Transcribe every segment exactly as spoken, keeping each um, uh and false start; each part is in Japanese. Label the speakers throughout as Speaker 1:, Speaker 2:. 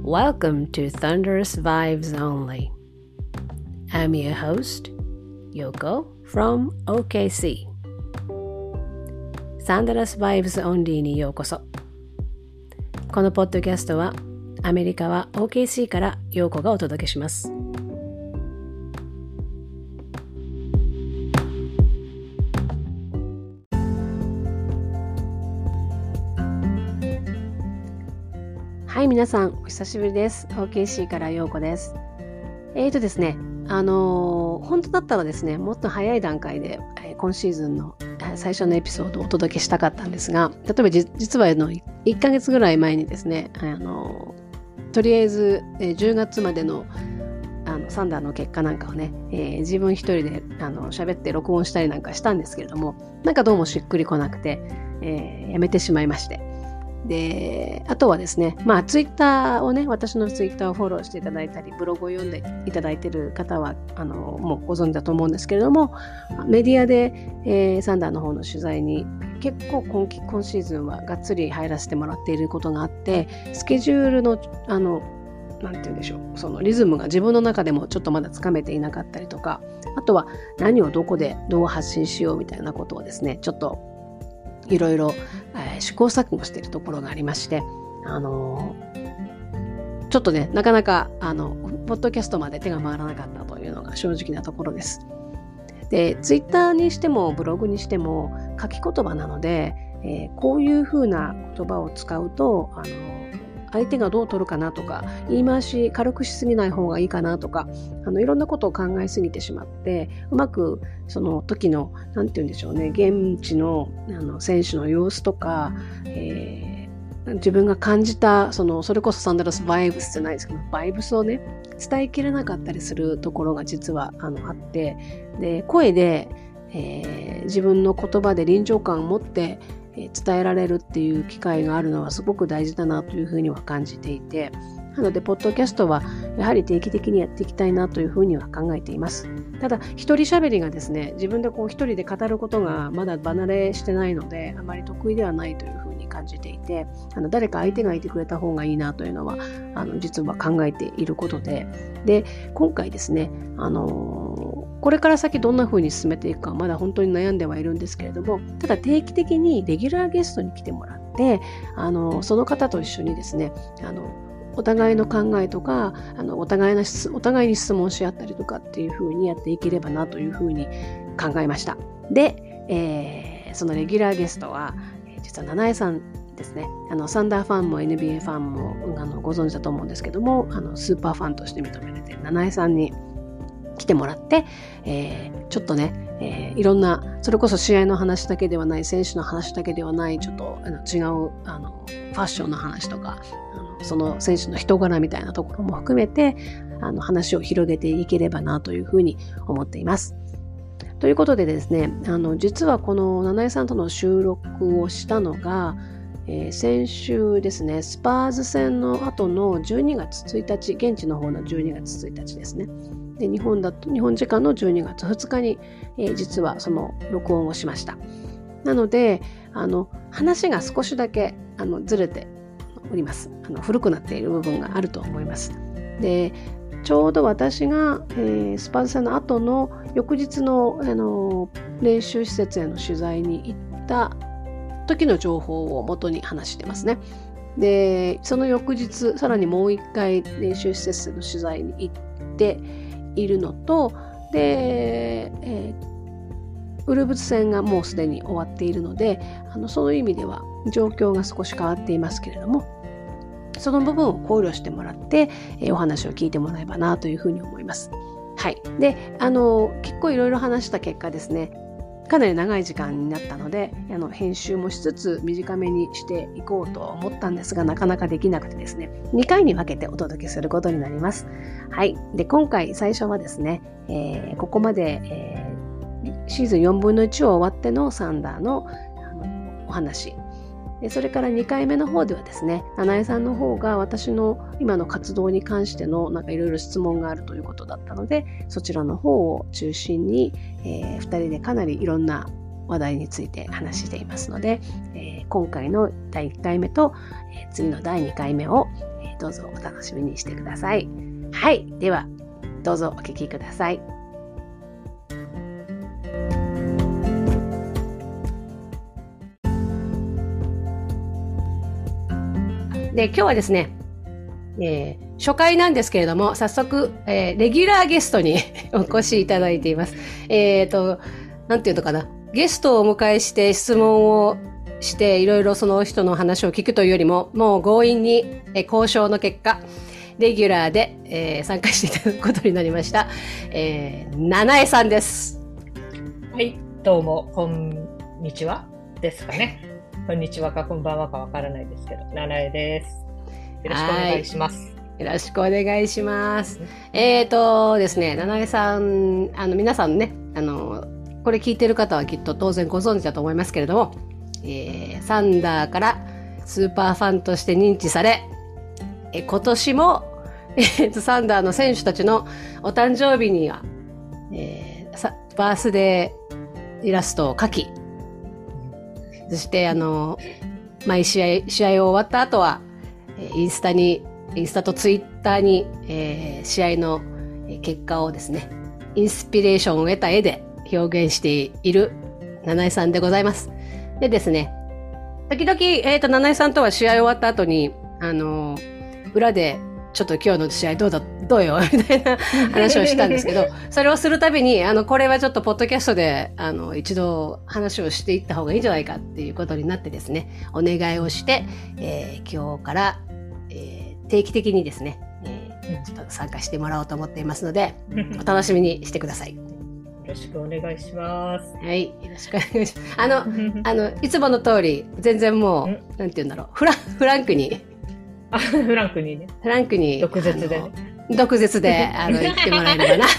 Speaker 1: Welcome to Thunderous Vibes Only. I'm your host, Yoko from オーケーシー。Thunderous Vibes Only にようこそ。このポッドキャストはアメリカは オーケーシー からヨーコがお届けします。はい、皆さんお久しぶりです。 オーケーシー からヨーコです。えーとですねあのー、本当だったらですねもっと早い段階で、えー、今シーズンの最初のエピソードをお届けしたかったんですが、例えばじ実はあのいっかげつぐらい前にですねあのー、とりあえず、えー、じゅうがつまでのあのサンダーの結果なんかをね、えー、自分一人であの喋って録音したりなんかしたんですけれども、なんかどうもしっくりこなくて、えー、やめてしまいまして、であとはですね、まあツイッターをね、私のツイッターをフォローしていただいたり、ブログを読んでいただいている方はあのもうご存知だと思うんですけれども、メディアで、えー、サンダーの方の取材に結構 今, 今シーズンはがっつり入らせてもらっていることがあって、スケジュールのあのなんて言うんでしょう、そのリズムが自分の中でもちょっとまだつかめていなかったりとか、あとは何をどこでどう発信しようみたいなことをですね、ちょっといろいろ、えー、試行錯誤しているところがありまして、あのー、ちょっとねなかなかあのポッドキャストまで手が回らなかったというのが正直なところです。でツイッターにしてもブログにしても書き言葉なので、えー、こういうふうな言葉を使うとあの相手がどう取るかなとか、言い回し軽くしすぎない方がいいかなとか、あのいろんなことを考えすぎてしまって、うまくその時のなんて言うんでしょうね、現地の、あの選手の様子とか、えー、自分が感じたそのそれこそサンダラスバイブスじゃないですけど、バイブスをね伝えきれなかったりするところが実はあのあって、で声で、えー、自分の言葉で臨場感を持って伝えられるっていう機会があるのはすごく大事だなというふうには感じていて、なのでポッドキャストはやはり定期的にやっていきたいなというふうには考えています。ただ一人喋りがですね、自分でこう一人で語ることがまだ離れしてないので、あまり得意ではないというふうに感じていて、あの誰か相手がいてくれた方がいいなというのはあの実は考えていることで、で今回ですね、あのーこれから先どんな風に進めていくかまだ本当に悩んではいるんですけれども、ただ定期的にレギュラーゲストに来てもらって、あのその方と一緒にですね、あのお互いの考えとか、あのお互いのお互いに質問し合ったりとかっていう風にやっていければなという風に考えました。で、えー、そのレギュラーゲストは実は七重さんですね。あのサンダーファンも エヌビーエー ファンもあのご存知だと思うんですけども、あのスーパーファンとして認められている七重さんに来てもらって、えー、ちょっとね、えー、いろんなそれこそ試合の話だけではない、選手の話だけではない、ちょっとあの違うあのファッションの話とか、あのその選手の人柄みたいなところも含めてあの話を広げていければなというふうに思っています。ということでですね、あの実はこの七重さんとの収録をしたのが、えー、先週ですね、スパーズ戦の後のじゅうにがつついたち、現地の方のじゅうにがつついたちですね。で日本だと日本時間のじゅうにがつふつかに、えー、実はその録音をしました。なのであの話が少しだけあのずれております。あの古くなっている部分があると思います。でちょうど私が、えー、スパーズ戦の後の翌日の、あの練習施設への取材に行った時の情報を元に話してますね。でその翌日さらにもう一回練習施設への取材に行っているのと、で、えー、ウルブズ戦がもうすでに終わっているので、あのそういう意味では状況が少し変わっていますけれども、その部分を考慮してもらって、えー、お話を聞いてもらえばなというふうに思います。はい。で、あの結構いろいろ話した結果ですね、かなり長い時間になったので、あの編集もしつつ短めにしていこうと思ったんですが、なかなかできなくてですね、にかいに分けてお届けすることになります。はい。で、今回最初はですね、えー、ここまで、えー、シーズンよんぶんのいちを終わってのサンダーの、あのお話。でそれからにかいめの方ではですね、七重さんの方が私の今の活動に関してのなんかいろいろ質問があるということだったので、そちらの方を中心に、えー、ふたりでかなりいろんな話題について話していますので、えー、今回のだいいっかいめと、えー、次のだいにかいめを、えどうぞお楽しみにしてください。はい。では、どうぞお聞きください。で、今日はですね、えー、初回なんですけれども、早速、えー、レギュラーゲストにお越しいただいています。えっと、なんていうのかな。ゲストをお迎えして質問をして、いろいろその人の話を聞くというよりも、もう強引に、えー、交渉の結果、レギュラーで、えー、参加していただくことになりました。えー、七重さんです。
Speaker 2: はい、どうも、こんにちはですかね。こんにちはかこんばんはかわからないですけど、七重です。よろしくお願いします。
Speaker 1: よろしくお願いします。えーとですね、七重さん、あの皆さんね、あのこれ聞いてる方はきっと当然ご存知だと思いますけれども、えー、サンダーからスーパーファンとして認知され、え今年も、えー、とサンダーの選手たちのお誕生日には、えー、バースデーイラストを描き、そしてあの毎試合試合を終わった後はインスタにインスタとツイッターに、えー、試合の結果をですね、インスピレーションを得た絵で表現している七重さんでございます。でですね、時々、えーと、七重さんとは試合終わった後に、あのー、裏でちょっと今日の試合どうだ、どうよみたいな話をしたんですけど、それをするたびに、あの、これはちょっとポッドキャストで、あの、一度話をしていった方がいいんじゃないかっていうことになってですね、お願いをして、えー、今日から、えー、定期的にですね、えー、ちょっと参加してもらおうと思っていますので、お楽しみにしてください。
Speaker 2: よろしくお願いします。
Speaker 1: はい、よろしくお願いします。あの、あの、いつもの通り、全然もう、なんて言うんだろう、フラン、フランクに、
Speaker 2: あ、フランクにね。
Speaker 1: フランクに。
Speaker 2: 毒舌でね。
Speaker 1: 毒舌で、あの、言ってもらえればな。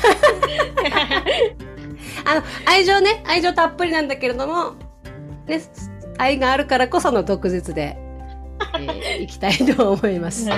Speaker 1: あの、愛情ね、愛情たっぷりなんだけれども、ね、愛があるからこその毒舌で、えー、いきたいと思います。はい。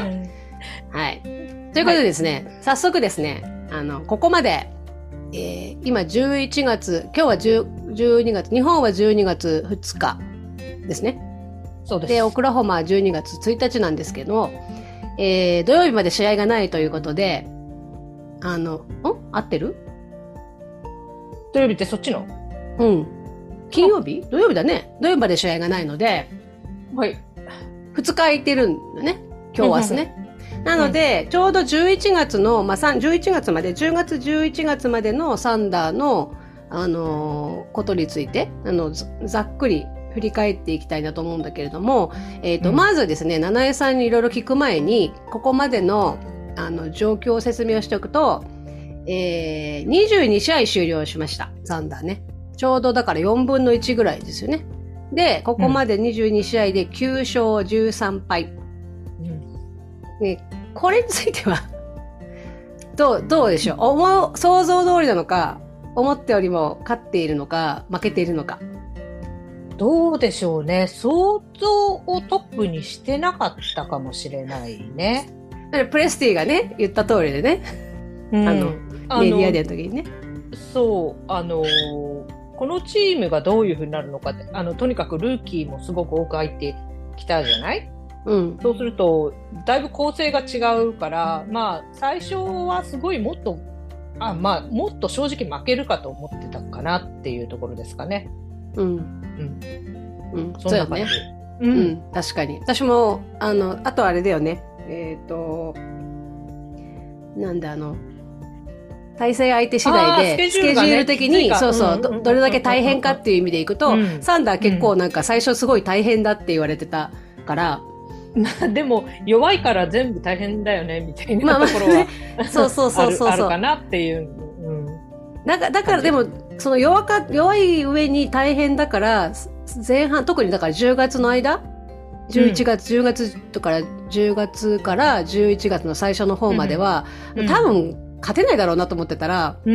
Speaker 1: ということでですね、はい、早速ですね、あの、ここまで、えー、今じゅういちがつ、今日はじゅうにがつ、日本はじゅうにがつふつかですね。
Speaker 2: そうです。
Speaker 1: で、オクラホマはじゅうにがつついたちなんですけど、えー、土曜日まで試合がないということで、あの、ん合ってる？
Speaker 2: 土曜日ってそっちの？
Speaker 1: うん。金曜日？土曜日だね。土曜日まで試合がないので、
Speaker 2: はい。
Speaker 1: ふつか空いてるんだね。今日明日ね。なので、うん、ちょうどじゅういちがつの、まあ、じゅういちがつまで、じゅうがつじゅういちがつまでのサンダーの、あのー、ことについて、あの、ざっくり振り返っていきたいなと思うんだけれども、えっと、うん、まずですね、七重さんにいろいろ聞く前に、ここまでの、あの、状況を説明をしておくと、えー、にじゅうにしあい終了しました。サンダーね。ちょうどだからよんぶんのいちぐらいですよね。で、ここまでにじゅうにしあいできゅうしょうじゅうさんぱい。うんね、これについては、どう、どうでしょう、思う、想像通りなのか、思ってよりも勝っているのか、負けているのか。
Speaker 2: どうでしょうね。想像をトップにしてなかったかもしれないね。
Speaker 1: プレスティがね、言った通りでね。うん、あの、メディアでの時にね。
Speaker 2: そう、あの、このチームがどういう風になるのかって、あの、とにかくルーキーもすごく多く入ってきたじゃない？うん、そうするとだいぶ構成が違うから、まあ最初はすごいもっとあ、まあ、もっと正直負けるかと思ってたかなっていうところですかね。うん、
Speaker 1: うん、うん、そんな感じ。うん、うん、確かに。私もあのあとあれだよね。えっとなんだあの対戦相手次第でスケジュール的に、ね、そうそう、うん、ど, どれだけ大変かっていう意味でいくと、うん、サンダー結構なんか最初すごい大変だって言われてたから。
Speaker 2: でも弱いから全部大変だよねみたいなところは、まあ、
Speaker 1: そうそうそうそう
Speaker 2: あるかなっていう、うん、
Speaker 1: だからだからでもその弱か弱い上に大変だから前半特にだからじゅうがつの間じゅういちがつ、うん、じゅうがつとからじゅうがつからじゅういちがつの最初の方までは、うん、多分勝てないだろうなと思ってたら、うん、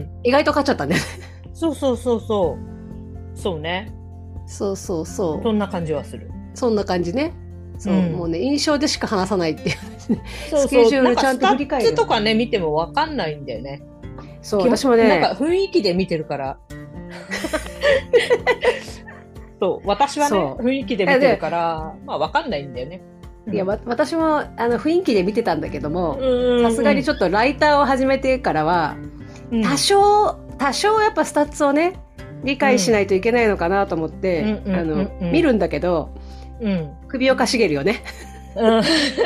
Speaker 1: 意外と勝っちゃったんだよね。
Speaker 2: そうそうそうそうそうね。
Speaker 1: そうそうそう。
Speaker 2: そんな感じはする。
Speaker 1: そんな感じね。そう、うん、もうね、印象でしか話さないっていう、ね、そうそうスケジュールちゃんと振り返る。
Speaker 2: スタッツとかね、見ても分かんないんだよね。
Speaker 1: そう、私もね。
Speaker 2: なんか雰囲気で見てるから。そう、私はね、雰囲気で見てるから、まあ分かんないんだよね。
Speaker 1: いや、わ私もあの雰囲気で見てたんだけども、さすがにちょっとライターを始めてからは、うん、多少多少やっぱスタッツをね理解しないといけないのかなと思って、うん、あの、うん、見るんだけど、うん、首をかしげるよね。うん、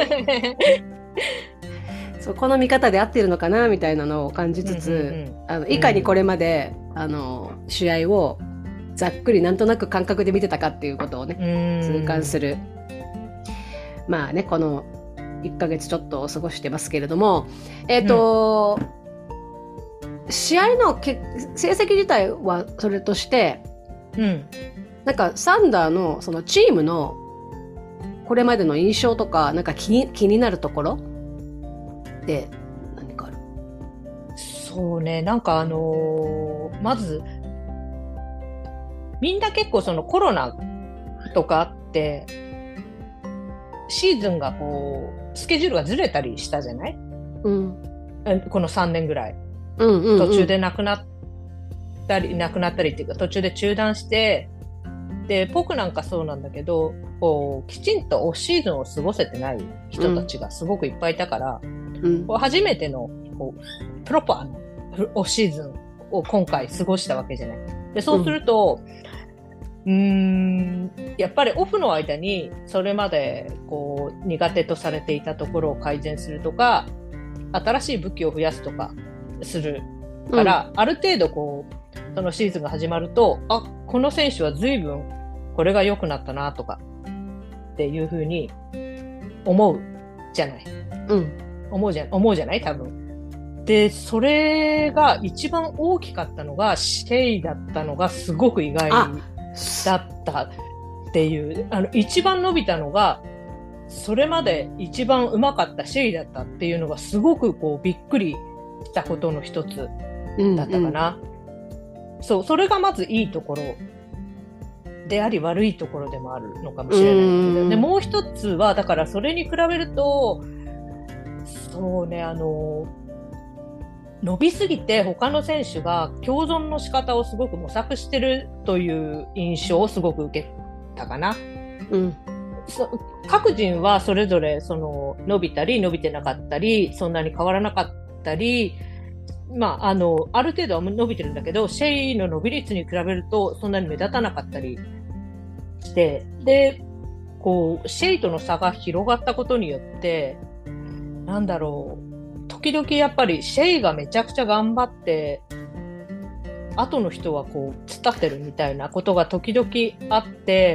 Speaker 1: そう、この見方で合ってるのかなみたいなのを感じつつ、うんうんうん、あのいかにこれまで、うん、あの試合をざっくりなんとなく感覚で見てたかっていうことをね、痛感する。まあね、このいっかげつちょっと過ごしてますけれども、えっと、うん、試合のけ成績自体はそれとして、うん、なんかサンダーのそのチームのこれまでの印象とか、なんか気に、気になるところって何かある？
Speaker 2: そうね、なんかあのー、まずみんな結構そのコロナとかあってシーズンがこうスケジュールがずれたりしたじゃない、うん、このさんねんぐらい、うんうんうん、途中で亡くなったり亡くなったりっていうか途中で中断して、で僕なんかそうなんだけど、こうきちんとオフシーズンを過ごせてない人たちがすごくいっぱいいたから、うん、こう初めてのこうプロパーのオフシーズンを今回過ごしたわけじゃない。でそうすると、うん、うーんやっぱりオフの間にそれまでこう苦手とされていたところを改善するとか、新しい武器を増やすとかするから、うん、ある程度こうそのシーズンが始まると、あ、この選手は随分これが良くなったなとかっていうふうに思うじゃない、うん、思うじゃ思うじゃない多分。でそれが一番大きかったのがシェイだったのがすごく意外だったっていう、あの一番伸びたのがそれまで一番うまかったシェイだったっていうのがすごくこうびっくりしたことの一つだったかな、うんうん、そう、それがまずいいところであり悪いところでもあるのかもしれないけど、でもう一つはだからそれに比べるとそうね、あの伸びすぎて他の選手が共存の仕方をすごく模索してるという印象をすごく受けたかな、うん、各人はそれぞれその伸びたり伸びてなかったりそんなに変わらなかったり、まあ、あのある程度は伸びてるんだけどシェイの伸び率に比べるとそんなに目立たなかったりして、でこうシェイとの差が広がったことによってなんだろう、時々やっぱりシェイがめちゃくちゃ頑張って後の人はこう突っ立ってるみたいなことが時々あって、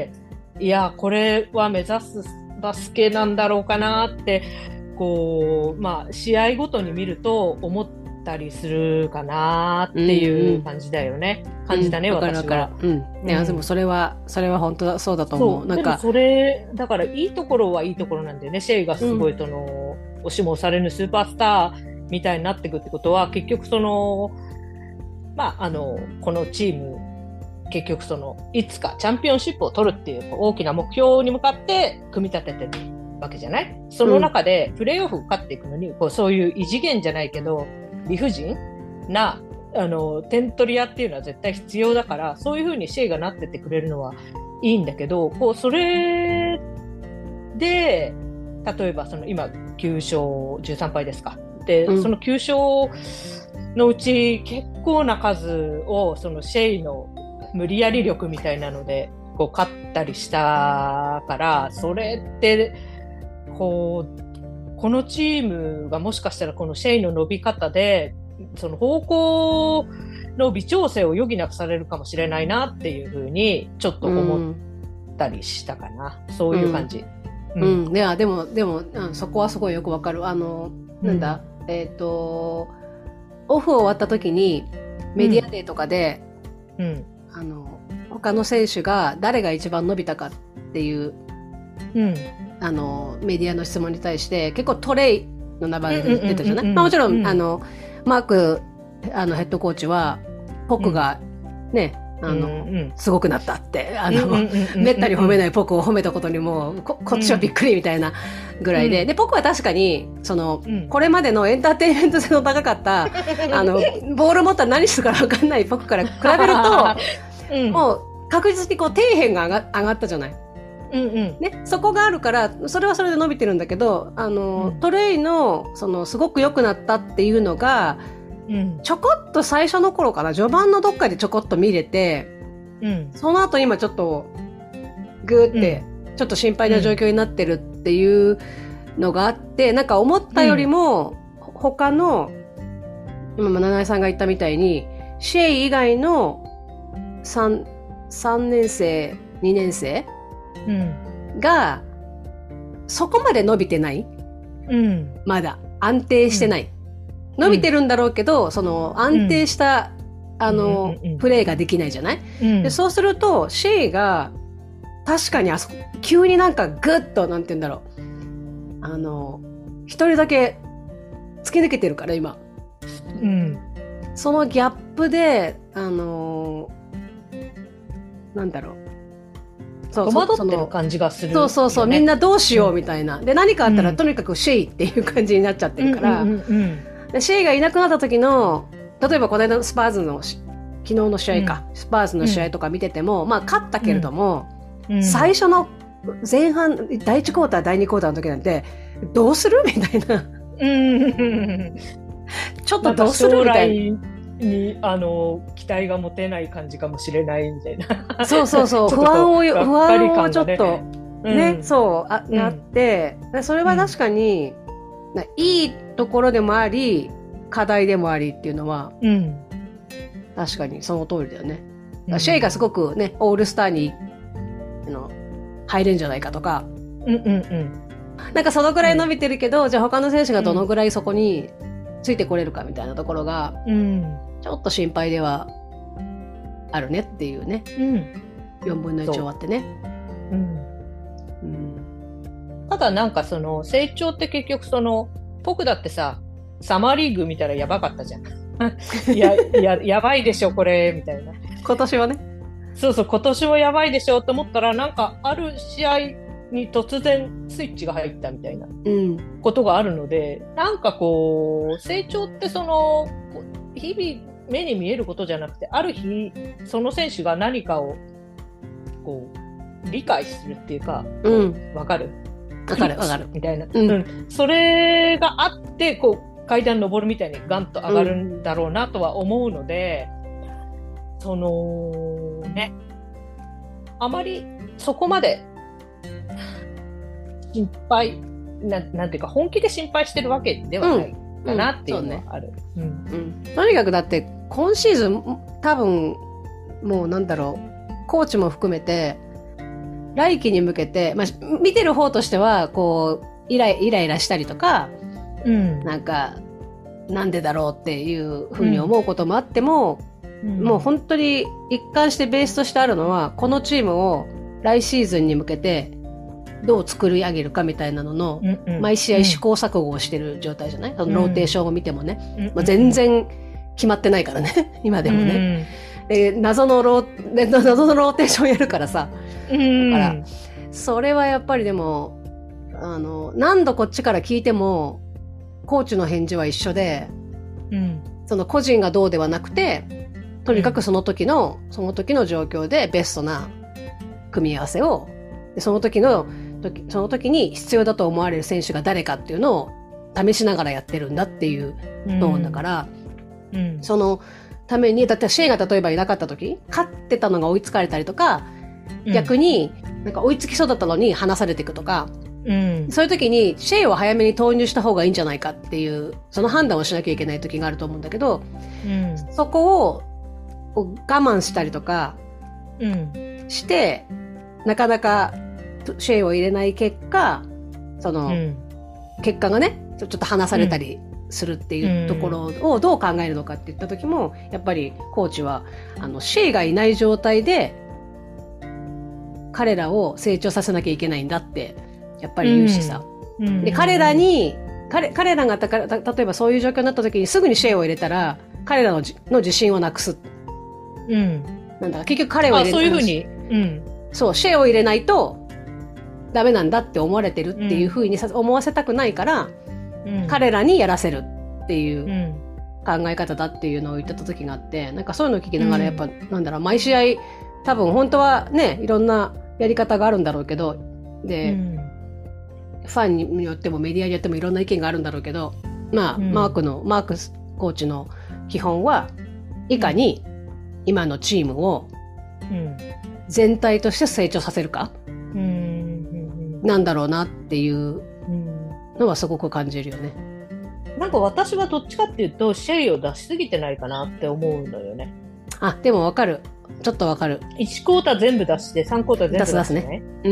Speaker 2: いやこれは目指すバスケなんだろうかなってこう、まあ、試合ごとに見ると思ったりするかなっていう感じだよね、うんうん、感じだね、うん、私は、
Speaker 1: うんね、うん、でもそれはそれは本当だそうだと思う。
Speaker 2: そう
Speaker 1: なんか
Speaker 2: でもそれだからいいところはいいところなんだよね。シェイがすごいその、うん、押しも押されぬスーパースターみたいになっていくってことは結局そのまああのこのチーム結局そのいつかチャンピオンシップを取るっていう大きな目標に向かって組み立ててるわけじゃない。その中でプレーオフ勝っていくのに、うん、こうそういう異次元じゃないけど理不尽なあの点取り屋っていうのは絶対必要だから、そういう風にシェイがなってってくれるのはいいんだけど、こうそれで例えばその今きゅう勝じゅうさん敗ですか。で、うん、そのきゅう勝のうち結構な数をそのシェイの無理やり力みたいなのでこう勝ったりしたから、それってこうこのチームがもしかしたらこのシェイの伸び方でその方向の微調整を余儀なくされるかもしれないなっていうふうにちょっと思ったりしたかな、うん、そういう感じ、
Speaker 1: うんうん、いやでもでも、うん、そこはすごいよくわかる。あのなんだ、うん、えっとオフ終わった時にメディアデーとかで、うんうん、あの他の選手が誰が一番伸びたかっていう、うん、あのメディアの質問に対して結構トレイの名前が出たじゃない。もちろん、うん、あのマークあのヘッドコーチはポクがね、うん、あの、うん、すごくなったってあの、うん、めったに褒めないポクを褒めたことにも こ, こっちはびっくりみたいなぐらいで、うん、でポクは確かにその、うん、これまでのエンターテインメント性の高かったあのボール持ったら何するか分かんないポクから比べると、うん、もう確実にこう底辺が上が、上がったじゃない。
Speaker 2: うんうん
Speaker 1: ね、そこがあるからそれはそれで伸びてるんだけど、あの、うん、トレイのそのすごく良くなったっていうのが、うん、ちょこっと最初の頃かな、序盤のどっかでちょこっと見れて、うん、その後今ちょっとグーってちょっと心配な状況になってるっていうのがあって、なんか思ったよりも、うん、他の今七重さんが言ったみたいにシェイ以外の 3, 3年生にねん生、うん、がそこまで伸びてない、うん、まだ安定してない、うん、伸びてるんだろうけど、その安定した、うん、あの、うんうんうん、プレーができないじゃない、うん、でそうするとシェイが確かにあそこ急になんかグッとなんて言うんだろう、あの一人だけ突き抜けてるから今、うん、そのギャップであのなんだろう、
Speaker 2: 戸惑ってる感じがする、ね、
Speaker 1: そうそうそう、みんなどうしようみたいな、うん、で何かあったら、うん、とにかくシェイっていう感じになっちゃってるから、うんうんうんうん、でシェイがいなくなった時の、例えばこの間のスパーズの昨日の試合か、うん、スパーズの試合とか見てても、うん、まあ勝ったけれども、うん、最初の前半だいいちクォーターだいにクォーターの時なんてどうするみたいな、うん、ちょっとどうするみたいな
Speaker 2: にあの期待が持てない感じかもしれないみたいな、
Speaker 1: そうそうそう不安を不安をちょっとね、うん、そうあ、うん、なってそれは確かに、うん、いいところでもあり課題でもありっていうのは、うん、確かにその通りだよね、うん、シェイがすごくねオールスターにの入れるんじゃないかとか、うんうんうん、なんかそのぐらい伸びてるけど、うん、じゃあ他の選手がどのぐらいそこについてこれるかみたいなところが、うん、ちょっと心配ではあるねっていうね、うん、よんぶんのいち終わってね、うん
Speaker 2: うん、ただなんかその成長って結局その僕だってさサマーリーグ見たらやばかったじゃんいやいややばいでしょこれみたいな、
Speaker 1: 今年はね、
Speaker 2: そうそう今年もやばいでしょと思ったらなんかある試合に突然スイッチが入ったみたいなことがあるので、うん、なんかこう成長ってその日々目に見えることじゃなくて、ある日その選手が何かをこう理解するっていうか、うん、分かる
Speaker 1: 分かる分かる
Speaker 2: みたいな、うんうん、それがあってこう階段登るみたいにガンと上がるんだろうなとは思うので、うん、そのねあまりそこまで心配 な, なんていうか本気で心配してるわけではないかなっていうのはある、
Speaker 1: うんうんうんうん、とにかくだって今シーズン多分もうなんだろうコーチも含めて来季に向けて、まあ、見てる方としてはこうイライライラしたりとか、うん、なんかなんでだろうっていうふうに思うこともあっても、うん、もう本当に一貫してベースとしてあるのはこのチームを来シーズンに向けてどう作り上げるかみたいなのの、うんうん、毎試合試行錯誤をしてる状態じゃない、うん、そのローテーションを見てもね、うんまあ、全然決まってないからね今でもね、うん、で謎のローで謎のローテーションやるからさ、うん、だからそれはやっぱりでもあの何度こっちから聞いてもコーチの返事は一緒で、うん、その個人がどうではなくてとにかくその時の、うん、その時の状況でベストな組み合わせをでその時のその時に必要だと思われる選手が誰かっていうのを試しながらやってるんだっていうのだから、うんうん、そのためにだってシェイが例えばいなかった時勝ってたのが追いつかれたりとか、うん、逆になんか追いつきそうだったのに離されていくとか、うん、そういう時にシェイを早めに投入した方がいいんじゃないかっていうその判断をしなきゃいけない時があると思うんだけど、うん、そこを我慢したりとかして、うん、なかなかシェイを入れない結果その、うん、結果がねちょっと離されたりするっていうところをどう考えるのかっていった時もやっぱりコーチはあのシェイがいない状態で彼らを成長させなきゃいけないんだってやっぱり言うしさ、うん、で彼らに 彼, 彼らがたた例えばそういう状況になった時にすぐにシェイを入れたら彼ら の, の自信をなくす、うん、なんだ結局彼を入れ
Speaker 2: そういうふうに、うん、
Speaker 1: そうシェイを入れないとダメなんだって思われてるっていう風にさ、うん、思わせたくないから、うん、彼らにやらせるっていう考え方だっていうのを言ってた時があってなんかそういうのを聞きながらやっぱ、うん、なんだろう毎試合多分本当はねいろんなやり方があるんだろうけど、で、うん、ファンによってもメディアによってもいろんな意見があるんだろうけど、まあ、うん、マークの、マークコーチの基本はいかに今のチームを全体として成長させるか、うん、なんだろうなっていうのはすごく感じるよね。
Speaker 2: なんか私はどっちかっていうとシェイを出しすぎてないかなって思うのよね。
Speaker 1: あ、でもわかる。ちょっとわかる。
Speaker 2: いちクォーター全部出してさんクォーター全部出す、
Speaker 1: 出すね。うん。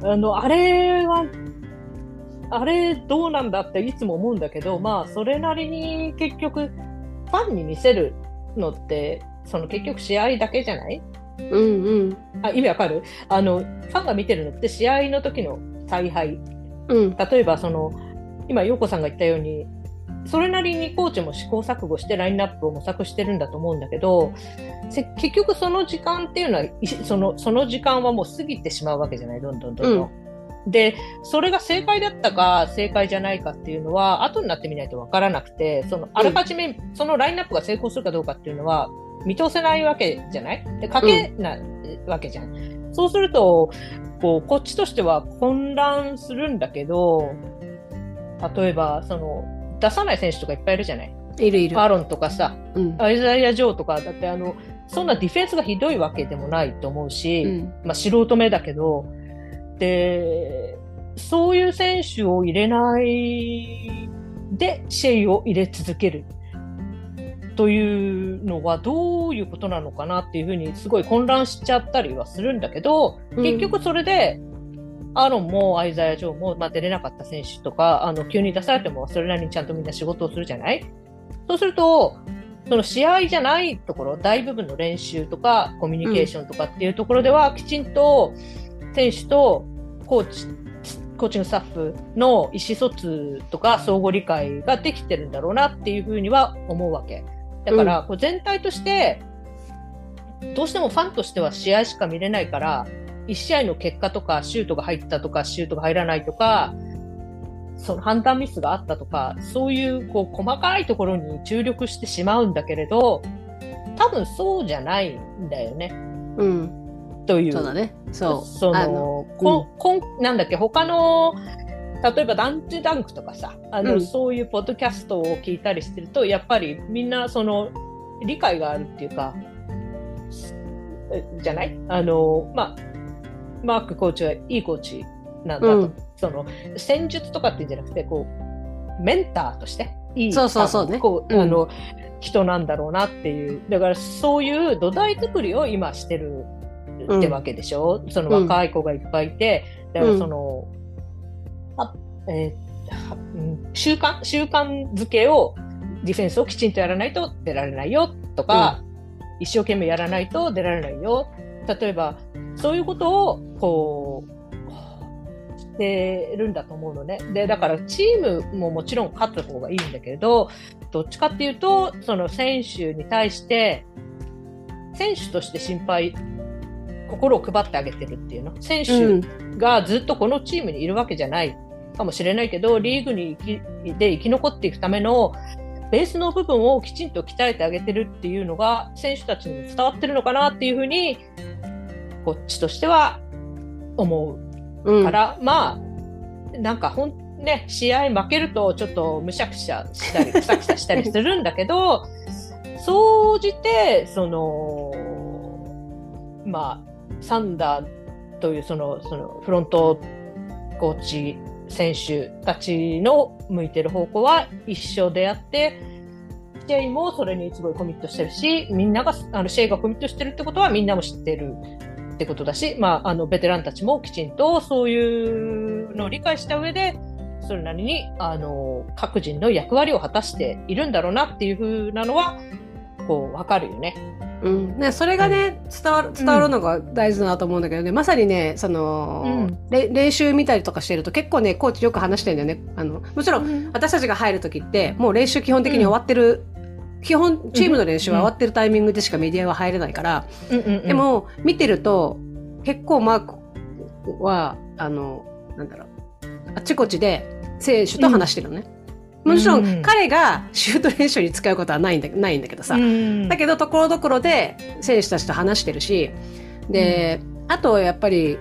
Speaker 2: あの、あれは、あれどうなんだっていつも思うんだけど、まあそれなりに結局ファンに見せるのってその結局試合だけじゃない？
Speaker 1: うんうん。
Speaker 2: あ、意味わかる？あのファンが見てるのって試合の時の采配。
Speaker 1: うん。
Speaker 2: 例えばその今陽子さんが言ったようにそれなりにコーチも試行錯誤してラインナップを模索してるんだと思うんだけど、結局その時間っていうのはそのその時間はもう過ぎてしまうわけじゃない？どんどんどんどん。うんで、それが正解だったか正解じゃないかっていうのは後になってみないとわからなくて、そのあらかじめそのラインナップが成功するかどうかっていうのは見通せないわけじゃない？で、かけないわけじゃん。うん、そうすると、こう、こっちとしては混乱するんだけど、例えば、その、出さない選手とかいっぱいいるじゃない？
Speaker 1: いるいる。
Speaker 2: アロンとかさ、うん、アイザイア・ジョーとか、だってあの、そんなディフェンスがひどいわけでもないと思うし、うん、まあ素人目だけど、で、そういう選手を入れないでシェイを入れ続けるというのはどういうことなのかなっていうふうにすごい混乱しちゃったりはするんだけど、うん、結局それでアロンもアイザイア・ジョーも、まあ、出れなかった選手とかあの急に出されてもそれなりにちゃんとみんな仕事をするじゃない？そうするとその試合じゃないところ大部分の練習とかコミュニケーションとかっていうところでは、うん、きちんと選手とコーチ、コーチングスタッフの意思疎通とか相互理解ができてるんだろうなっていうふうには思うわけ。だから、こう全体として、どうしてもファンとしては試合しか見れないから、いち試合の結果とか、シュートが入ったとか、シュートが入らないとか、その判断ミスがあったとか、そういうこう細かいところに注力してしまうんだけれど、多分そうじゃないんだよね。
Speaker 1: うん。
Speaker 2: という。
Speaker 1: そうだね。そう。
Speaker 2: その、こ、こん、なんだっけ、他の、例えばダンチダンクとかさ、あの、うん、そういうポッドキャストを聞いたりしてると、やっぱりみんなその、理解があるっていうか、じゃない？あの、まあ、マークコーチはいいコーチなんだと。うん、その、戦術とかっていうんじゃなくて、こう、メンターとして、いい、
Speaker 1: そうそうそうね。
Speaker 2: こう、うん、あの、人なんだろうなっていう。だからそういう土台作りを今してるってわけでしょ、うん、その若い子がいっぱいいて、だからその、うん、あえー、習慣、習慣づけを、ディフェンスをきちんとやらないと出られないよとか、うん、一生懸命やらないと出られないよ。例えば、そういうことを、こう、してるんだと思うのね。で、だからチームももちろん勝った方がいいんだけれど、どっちかっていうと、その選手に対して、選手として心配、心を配ってあげてるっていうの。選手がずっとこのチームにいるわけじゃないかもしれないけど、リーグに生きで生き残っていくためのベースの部分をきちんと鍛えてあげてるっていうのが選手たちにも伝わってるのかなっていうふうにこっちとしては思うから、うん、まあなんかほんね試合負けるとちょっとむしゃくしゃしたりくさくしゃしたりするんだけど総じてそのまあサンダーというそのそのフロントコーチ選手たちの向いてる方向は一緒であって、シェイもそれにすごいコミットしてるし、みんながあのシェイがコミットしてるってことはみんなも知ってるってことだし、まああのベテランたちもきちんとそういうのを理解した上で、それなりにあの各人の役割を果たしているんだろうなっていう風なのはこうわかるよね。
Speaker 1: うん、ね、それがね、うん、伝わる、伝わるのが大事だなと思うんだけどね、うん、まさにね、その、うん、練習見たりとかしてると結構ね、コーチよく話してるんだよね。あの、もちろん、うん、私たちが入るときって、もう練習基本的に終わってる、うん、基本、チームの練習は終わってるタイミングでしかメディアは入れないから、うんうんうん、でも、見てると、結構マークは、あの、なんだろう、あっちこっちで選手と話してるのね。うんもちろん彼がシュート練習に使うことはないんだ、ないんだけどさ。うん、だけどところどころで選手たちと話してるし、で、うん、あとやっぱり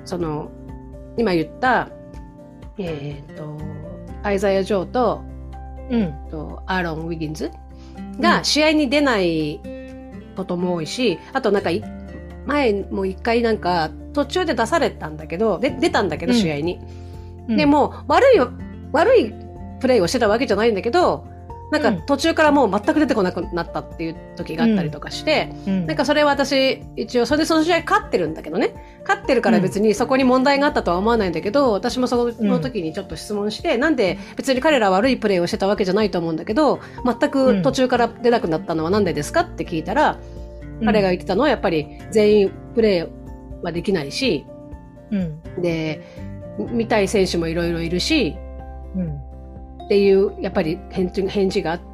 Speaker 1: その今言った、えー、とアイザヤ・ジョーと、うん、とアーロン・ウィギンズが試合に出ないことも多いし、うん、あとなんか前も一回なんか途中で出されたんだけど、で出たんだけど試合に、うん、でも悪い悪いプレーをしてたわけじゃないんだけど、なんか途中からもう全く出てこなくなったっていう時があったりとかして、うん、なんかそれは私一応それでその試合勝ってるんだけどね、勝ってるから別にそこに問題があったとは思わないんだけど、私もその時にちょっと質問して、うん、なんで別に彼ら悪いプレーをしてたわけじゃないと思うんだけど、全く途中から出なくなったのはなんでですかって聞いたら、うん、彼が言ってたのはやっぱり全員プレーはできないし、うん、で見たい選手もいろいろいるし、うんっていうやっぱり返事、返事があって、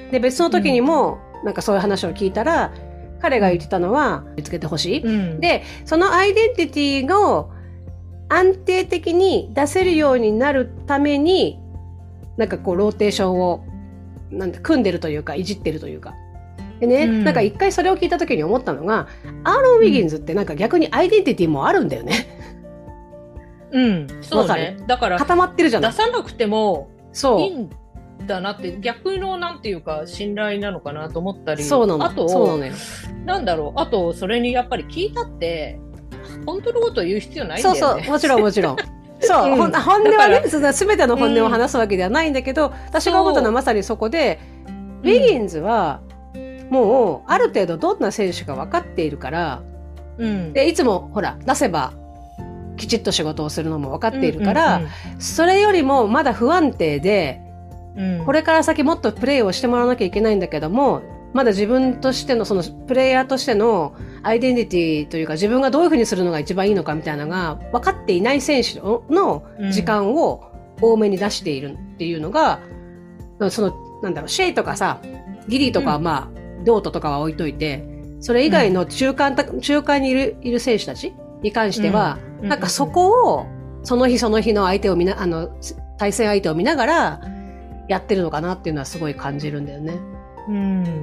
Speaker 1: で別の時にもなんかそういう話を聞いたら、うん、彼が言ってたのは見つけてほしい、うん、でそのアイデンティティを安定的に出せるようになるためになんかこうローテーションをなんて組んでるというかいじってるというかでね、うん、なんか一回それを聞いた時に思ったのが、アーロン・ウィギンズってなんか逆にアイデンティティもあるんだよね。
Speaker 2: うん、そうね。だから
Speaker 1: 固まってるじゃない。
Speaker 2: 出さなくてもいいんだなって、逆のなんていうか信頼なのかなと思ったり、
Speaker 1: そうなの。
Speaker 2: あと
Speaker 1: そうなのよ。
Speaker 2: なんだろう、あとそれにやっぱり聞いたって本当のことを言う必要ないんだよね。
Speaker 1: そうそう、もちろんもちろん。そう、うん、本音はね、すべての本音を話すわけではないんだけど、うん、私が思ったのはまさにそこで、ウィギンズはもうある程度どんな選手か分かっているから、うん、でいつもほら出せばきちっと仕事をするのも分かっているから、うんうんうん、それよりもまだ不安定で、うん、これから先もっとプレーをしてもらわなきゃいけないんだけども、まだ自分としてのそのプレイヤーとしてのアイデンティティというか、自分がどういうふうにするのが一番いいのかみたいなのが分かっていない選手の時間を多めに出しているっていうのが、うん、そのなんだろう、シェイとかさ、ギリーとかはまあ、うん、ドートとかは置いといて、それ以外の中間、うん、中間にいる、いる選手たちに関しては、うん、なんかそこをその日その日の相手を見な、あの対戦相手を見ながらやってるのかなっていうのはすごい感じるんだよね。うん、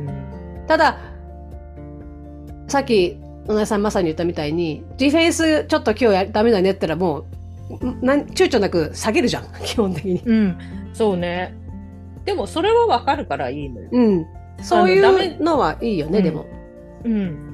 Speaker 1: たださっき野田さんまさに言ったみたいに、ディフェンスちょっと今日やダメだねって言ったらもうなん躊躇なく下げるじゃん基本的に。
Speaker 2: うん、そうね。でもそれはわかるからいいのよ。
Speaker 1: うん、そういうのはいいよね。でも、
Speaker 2: うん、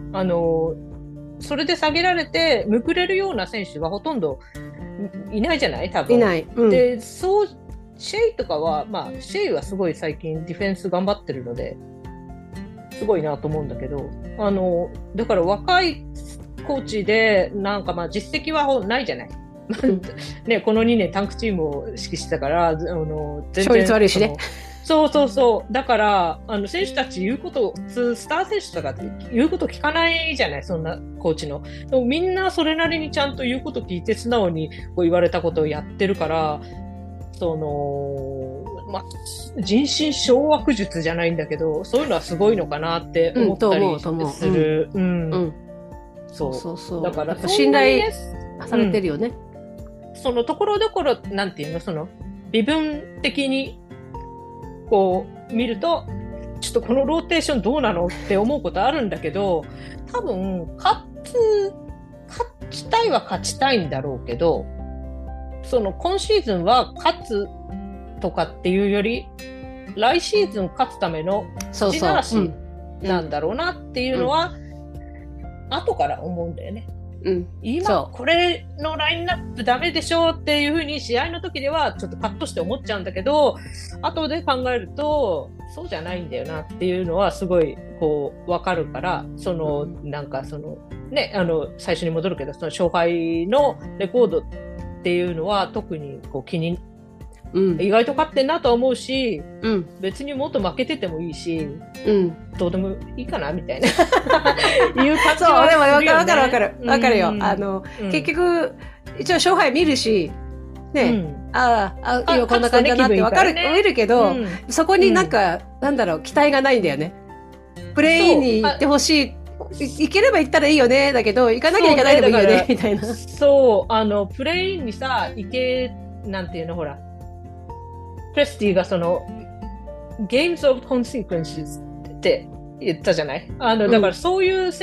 Speaker 2: あのそれで下げられてむくれるような選手はほとんどいないじゃない、多分。
Speaker 1: いない。うん、
Speaker 2: で、そうシェイとかは、まあシェイはすごい最近ディフェンス頑張ってるのですごいなと思うんだけど、あのだから若いコーチでなんかまあ実績はないじゃない。ね、このにねんタンクチームを指揮してたから、あの
Speaker 1: 全然勝率悪いしね。
Speaker 2: そうそうそう。だからあの選手たち言うことスター選手とかって言うこと聞かないじゃない、そんなコーチの。でもみんなそれなりにちゃんと言うこと聞いて素直にこう言われたことをやってるから、そのまあ人心掌握術じゃないんだけど、そういうのはすごいのかなって思ったりする。うん、うんうん、そうそうそう。だから
Speaker 1: 信頼されてるよね。
Speaker 2: うん、そのところどころなんていうの、その微分的にこう見るとちょっとこのローテーションどうなのって思うことあるんだけど、多分勝つ勝ちたいは勝ちたいんだろうけど、その今シーズンは勝つとかっていうより来シーズン勝つための地ならしなんだろうなっていうのは後から思うんだよね。うん、今これのラインナップダメでしょっていう風に試合の時ではちょっとカットして思っちゃうんだけど、後で考えるとそうじゃないんだよなっていうのはすごいこう分かるから、そのなんかそのね、あの最初に戻るけど、その勝敗のレコードっていうのは特にこう気に、うん、意外と勝ってんなとは思うし、うん、別にもっと負けててもいいし、うん、どうでもいいかなみたいないう感じはするよね。
Speaker 1: そう、でも分かる分かる分かる分かるよ。うん、あの、うん、結局一応勝敗見るしね、うん、ああいいよこんな感じだなって分かる、ね、見るけど、うん、そこになんか、うん、なんだろう期待がないんだよね。プレイに行ってほしい。行ければ行ったらいいよねだけど、行かなきゃ行かないでもいいよねみたいな。
Speaker 2: そうあのプレイにさ行けなんていうの、ほらプレスティがその Games of Consequences って言ったじゃない。あのだからそういうせ、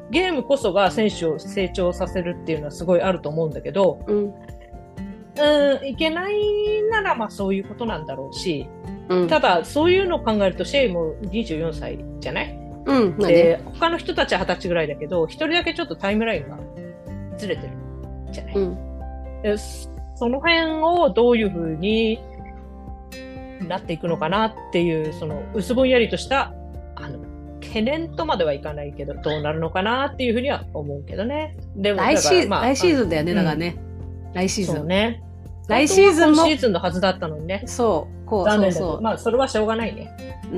Speaker 2: ゲームこそが選手を成長させるっていうのはすごいあると思うんだけど、うん、うんいけないならまあそういうことなんだろうし、うん、ただそういうのを考えるとシェイもにじゅうよんさいじゃない、うんまあね、で他の人たちははたちぐらいだけど一人だけちょっとタイムラインがずれてるじゃない、うん、でその辺をどういうふうになっていくのかなっていうその薄ぼんやりとしたあの懸念とまではいかないけどどうなるのかなっていうふうには思うけどね。でも
Speaker 1: 来シー、まあ、来シーズンだよねだからね、うん、来シーズン
Speaker 2: そうね
Speaker 1: 来シーズンも
Speaker 2: 今シーズンのはずだったのにね。
Speaker 1: そうこう
Speaker 2: 残念だけど
Speaker 1: そうそう
Speaker 2: まあそれはしょうがないね、
Speaker 1: うん、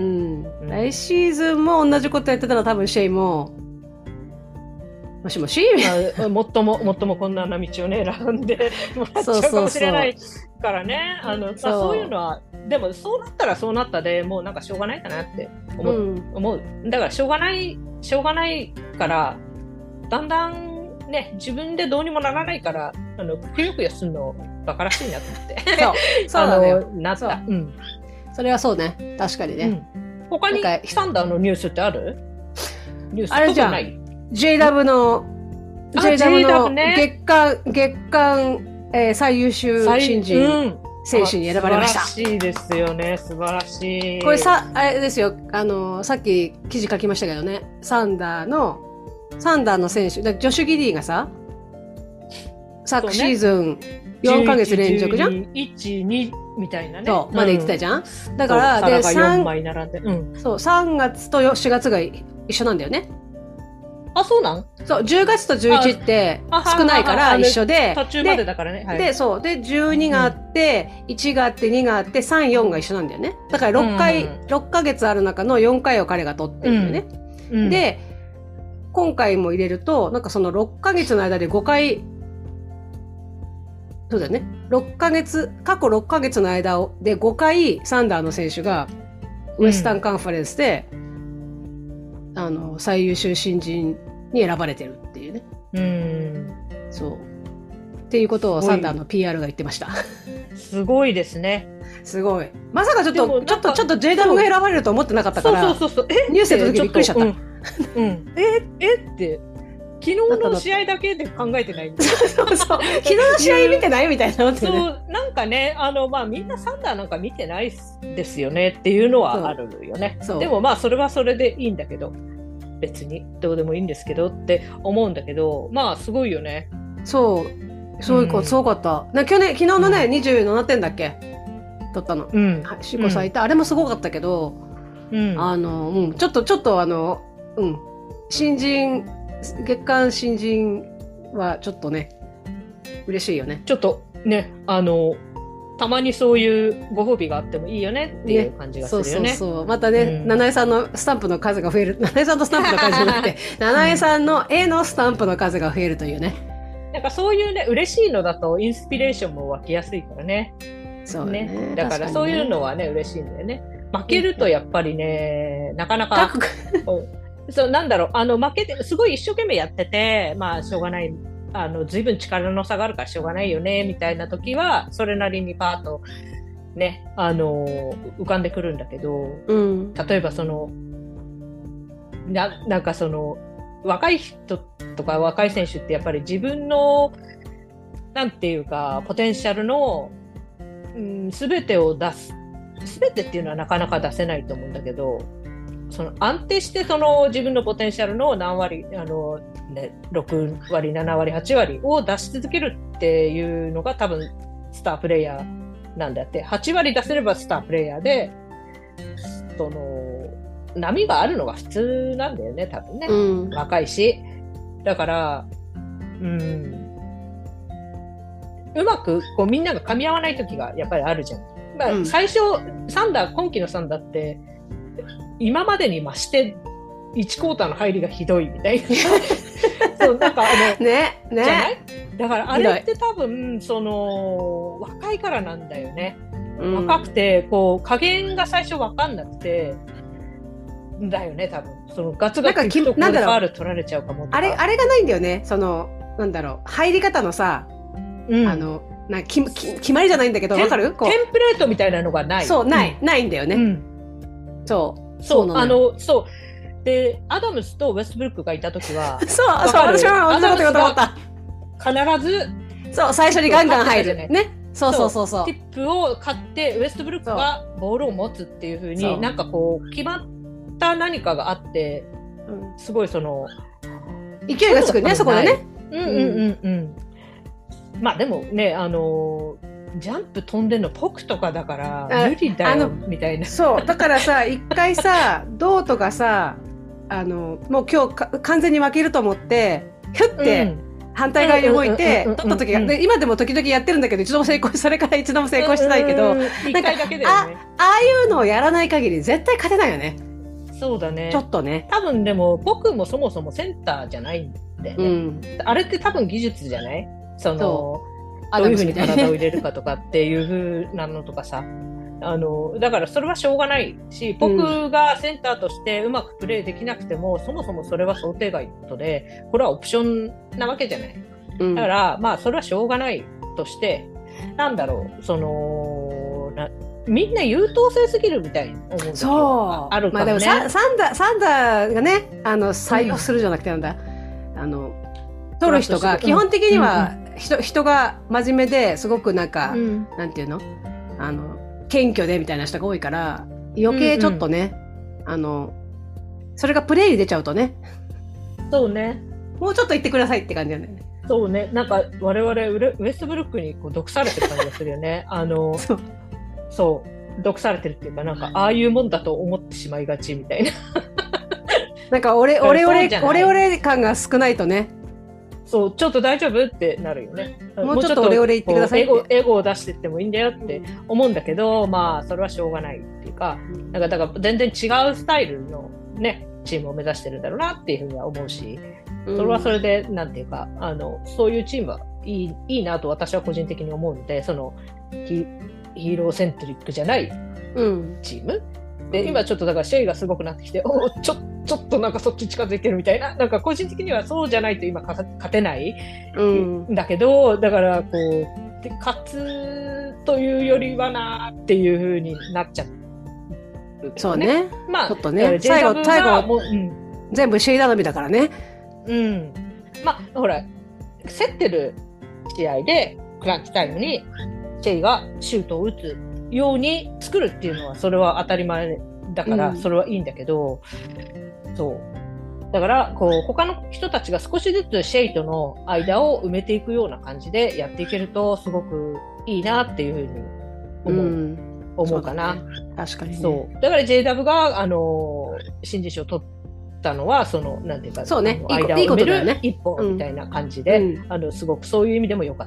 Speaker 1: うん、来シーズンも同じことやってたら多分シェイももしもし
Speaker 2: まあ、もっとももっともこんな道をね選んでもらっちゃうかもしれないからね。あのそう、まあ、そういうのはでもそうなったらそうなったでもうなんかしょうがないかなって思う、うん、思うだからしょうがないしょうがないからだんだんね自分でどうにもならないからあのくよくよするのバカらしいなと思って
Speaker 1: そうそうなのよ
Speaker 2: なった そ,、うん、
Speaker 1: それはそうね確かにね、
Speaker 2: うん、他にサンダーのニュースってあるニュース
Speaker 1: あれじゃん ジェイダブ の ジェイダブ の月間、ね、月間、えー、最優秀新人選手に選ばれました。
Speaker 2: 素晴らしいですよね。素晴らしい。
Speaker 1: これさ、あれですよ。あの、さっき記事書きましたけどね。サンダーの、サンダーの選手、ジョシュ・ギディがさ、昨シーズンよんかげつ連続じゃん ?
Speaker 2: いち、にみたいなね。
Speaker 1: そう、まで言ってたじゃん、うん、だから、
Speaker 2: で、さんまい並んで、うん。
Speaker 1: そう、さんがつとしがつが一緒なんだよね。
Speaker 2: あ、そうなん
Speaker 1: そう、じゅうがつとじゅういちって少ないから一緒で。
Speaker 2: 途中までだからね。
Speaker 1: はい、で、そう。で、じゅうにがあって、うん、いちがあって、にがあって、さん、よんが一緒なんだよね。だからろっかい、うん、ろっかげつある中のよんかいを彼が取ってるんだよね。うんうん、で、今回も入れると、なんかそのろっかげつの間でごかい、そうだよね。ろっかげつ、過去ろっかげつの間でごかいサンダーの選手がウエスタンカンファレンスで、うんあの最優秀新人に選ばれてるっていうね。うん。そう。っていうことをサンダーの ピーアール が言ってました。
Speaker 2: すごいですね。
Speaker 1: すごい。まさかちょっとちょっとちょっと ジェイダブリュー が選ばれると思ってなかったから。
Speaker 2: そうそうそうそう。え
Speaker 1: ニュースの時びっくりしちゃった。うん。
Speaker 2: うん、ええって昨日の試合だけで考えてないんだ。
Speaker 1: そうそう。昨日の試合見てないみたいな、ね。
Speaker 2: そうなんかねあのまあみんなサンダーなんか見てないですよねっていうのはあるよね。でもまあそれはそれでいいんだけど別にどうでもいいんですけどって思うんだけどまあすごいよね。
Speaker 1: そうそういうこと、うん、すごかった。な去年昨日のね、うん、にじゅうななてんだっけ取ったの。うん。自己最多、うん、あれもすごかったけど、うん、あのうんちょっとちょっとあのうん新人月間新人はちょっとね嬉しいよね。
Speaker 2: ちょっとねあのたまにそういうご褒美があってもいいよねっていう感じがするよね。ね
Speaker 1: そうそうそうまたね、うん、七重さんのスタンプの数が増える七重さんのスタンプの数じゃなくて七重さんの絵のスタンプの数が増えるというね。
Speaker 2: なんかそういうね嬉しいのだとインスピレーションも湧きやすいからね。
Speaker 1: そうね。
Speaker 2: ねだからそういうのはね嬉しいんだよね。負けるとやっぱりね、うん、なかなかそうなんだろうあの負けてすごい一生懸命やっててまあしょうがないあの随分力の差があるからしょうがないよねみたいな時はそれなりにパーッとねあの浮かんでくるんだけど、うん、例えばその な, なんかその若い人とか若い選手ってやっぱり自分のなんていうかポテンシャルの、うん、全てを出す全てっていうのはなかなか出せないと思うんだけどその安定してその自分のポテンシャルの何割あの、ね、ろくわりななわりはちわりを出し続けるっていうのが多分スタープレイヤーなんだってはちわり出せればスタープレイヤーでその波があるのが普通なんだよね多分ね、うん、若いしだからうんうまくこうみんなが噛み合わない時がやっぱりあるじゃん、まあうん、最初サンダー今季のサンダーって今までに増していちクォーターの入りがひどいみたいなそうなんかあの
Speaker 1: ねね
Speaker 2: じゃないだからあれって多分その若いからなんだよね、うん、若くてこう加減が最初分かんなくてだよね多分そのガツガツいくところでファウル取られちゃうかもとか
Speaker 1: あれあれがないんだよねそのなんだろう入り方のさ、うん、あのなきき決まりじゃないんだけど分かるこう
Speaker 2: テンプレートみたいなのがない
Speaker 1: そうない、うん、ないんだよね、うん、そう
Speaker 2: そう、あの、そう。 でアダムスとウェストブルックがいた時は
Speaker 1: そうそう私も同じこと言おうと思った。
Speaker 2: 必ず
Speaker 1: そう最初にガンガン入るね。そうそうそうそう。
Speaker 2: ティップを買ってウェストブルックがボールを持つっていう風になんかこう決まった何かがあって、うん、すごいその
Speaker 1: 勢いがつくねそこでね。
Speaker 2: うんうんうんうん。まあでもねあのジャンプ飛んでんの僕とかだから無理だよみたいな。
Speaker 1: そうだからさ一回さドートがさあのもう今日完全に負けると思ってヒュッて、うん反対側に動いて、取った時が、で、今でも時々やってるんだけど、一度も成功、それから一度も成功してないけど、
Speaker 2: 一回だけだよね。
Speaker 1: あ、ああいうのをやらない限り絶対勝てないよね。
Speaker 2: そうだね。
Speaker 1: ちょっとね。
Speaker 2: 多分でも、僕もそもそもセンターじゃないんだよね。うん、あれって多分技術じゃないその、どういうふうに体を入れるかとかっていうふうなのとかさ。あのだからそれはしょうがないし僕がセンターとしてうまくプレーできなくても、うん、そもそもそれは想定外でこれはオプションなわけじゃない、うん、だからまあそれはしょうがないとしてなんだろうそのなみんな優等生すぎるみたいに思う時があるかもね。まあ、でも
Speaker 1: サンダー、サンダーがねあの採用するじゃなくてなんだ、うん、あの取る人が基本的には人、うん、人が真面目ですごくなんか、うん、なんていうのあの謙虚でみたいな人が多いから余計ちょっとね、うんうん、あのそれがプレーに出ちゃうとね
Speaker 2: そうね
Speaker 1: もうちょっと言ってくださいって感じなんだよね。
Speaker 2: そうねなんか我々ウエストブルックにこう毒されてる感じがするよねあのそうそう毒されてるっていうかなんかああいうもんだと思ってしまいがちみたいな
Speaker 1: なんかオレオレオレオレオレ感が少ないとね
Speaker 2: そうちょっと大丈夫ってなるよね。
Speaker 1: もうちょっとオレオレ言ってくださいって
Speaker 2: エゴ、エゴを出してってもいいんだよって思うんだけど、うん、まあそれはしょうがないっていうか、なんかだから全然違うスタイルのねチームを目指してるんだろうなっていうふうには思うし、それはそれでなんていうかあのそういうチームはいい、いいなと私は個人的に思うので、そのヒ、ヒーローセントリックじゃないチーム、うん、で今ちょっとだからシェイがすごくなってきて、おちょっとちょっとなんかそっち近づいてるみたいな、なんか個人的にはそうじゃないと今勝てないんだけど、うん、だからこう勝つというよりはなっていう風になっちゃう、ね。
Speaker 1: そうね。
Speaker 2: まあ
Speaker 1: ちょっとね最後最後もう、うん、全部シェイ頼みだからね。
Speaker 2: うん。まあほら競ってる試合でクランチタイムにシェイがシュートを打つように作るっていうのはそれは当たり前だからそれはいいんだけど。うんそうだからこう他の人たちが少しずつシェイとの間を埋めていくような感じでやっていけるとすごくいいなっていうふうに思う、うん、思うかな。
Speaker 1: そうだね、確かに、ね、
Speaker 2: そうだから ジェイダブリュー があの新人賞を取ったのはそのなんていうか
Speaker 1: そうね
Speaker 2: 間を埋める一本みたいな感じで、うん、あのすごくそういう意味でも良かった。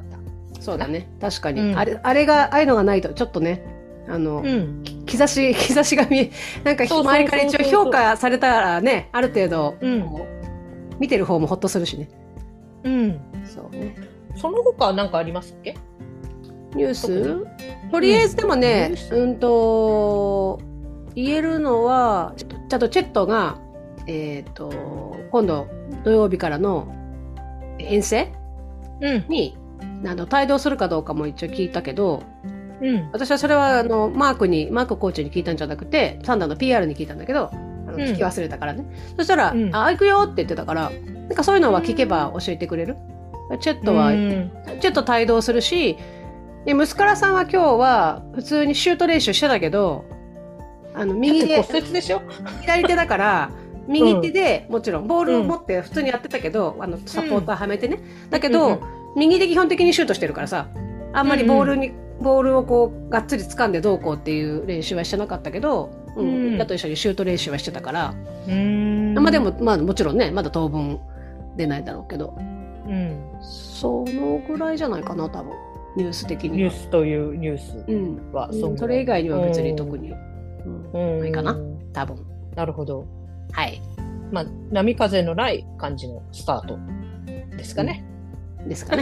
Speaker 1: そうだね確かに、うん、あれあれがああいうのがないとちょっとねあの、うん、兆し、兆しが見え、なんか周りから一応評価されたらね、ある程度、うん、見てる方もほっとするしね。
Speaker 2: うん。そうね。その他なんかありますっけ？
Speaker 1: ニュース？とりあえずでもね、うん、うんと、言えるのは、ちゃんとチェットが、えっと、今度土曜日からの遠征、うん、に、あの、帯同するかどうかも一応聞いたけど、うん、私はそれはあのマークにマークコーチに聞いたんじゃなくてサンダーの ピーアール に聞いたんだけどあの、うん、聞き忘れたからね。そしたら、うん、あ行くよって言ってたからなんかそういうのは聞けば教えてくれる、うん、チェットは、うん、チェット帯同するし息子らさんは今日は普通にシュート練習してたけどあの右で
Speaker 2: 骨折でしょ
Speaker 1: 左手だから右手で、うん、もちろんボールを持って普通にやってたけど、うん、あのサポーターはめてね、うん、だけど、うん、右で基本的にシュートしてるからさあんまりボールに、うんボールをこうがっつり掴んでどうこうっていう練習はしてなかったけど、うん、みんなと一緒にシュート練習はしてたから、うん、まあでも、まあもちろんね、まだ当分出ないだろうけど、うん、そのぐらいじゃないかな、多分、ニュース的には。
Speaker 2: ニュースというニュースは、
Speaker 1: うん、それ以外には別に特に、うん、ないかな、多分。
Speaker 2: なるほど。
Speaker 1: はい。
Speaker 2: まあ、波風のない感じのスタートですかね。
Speaker 1: うん、ですかね。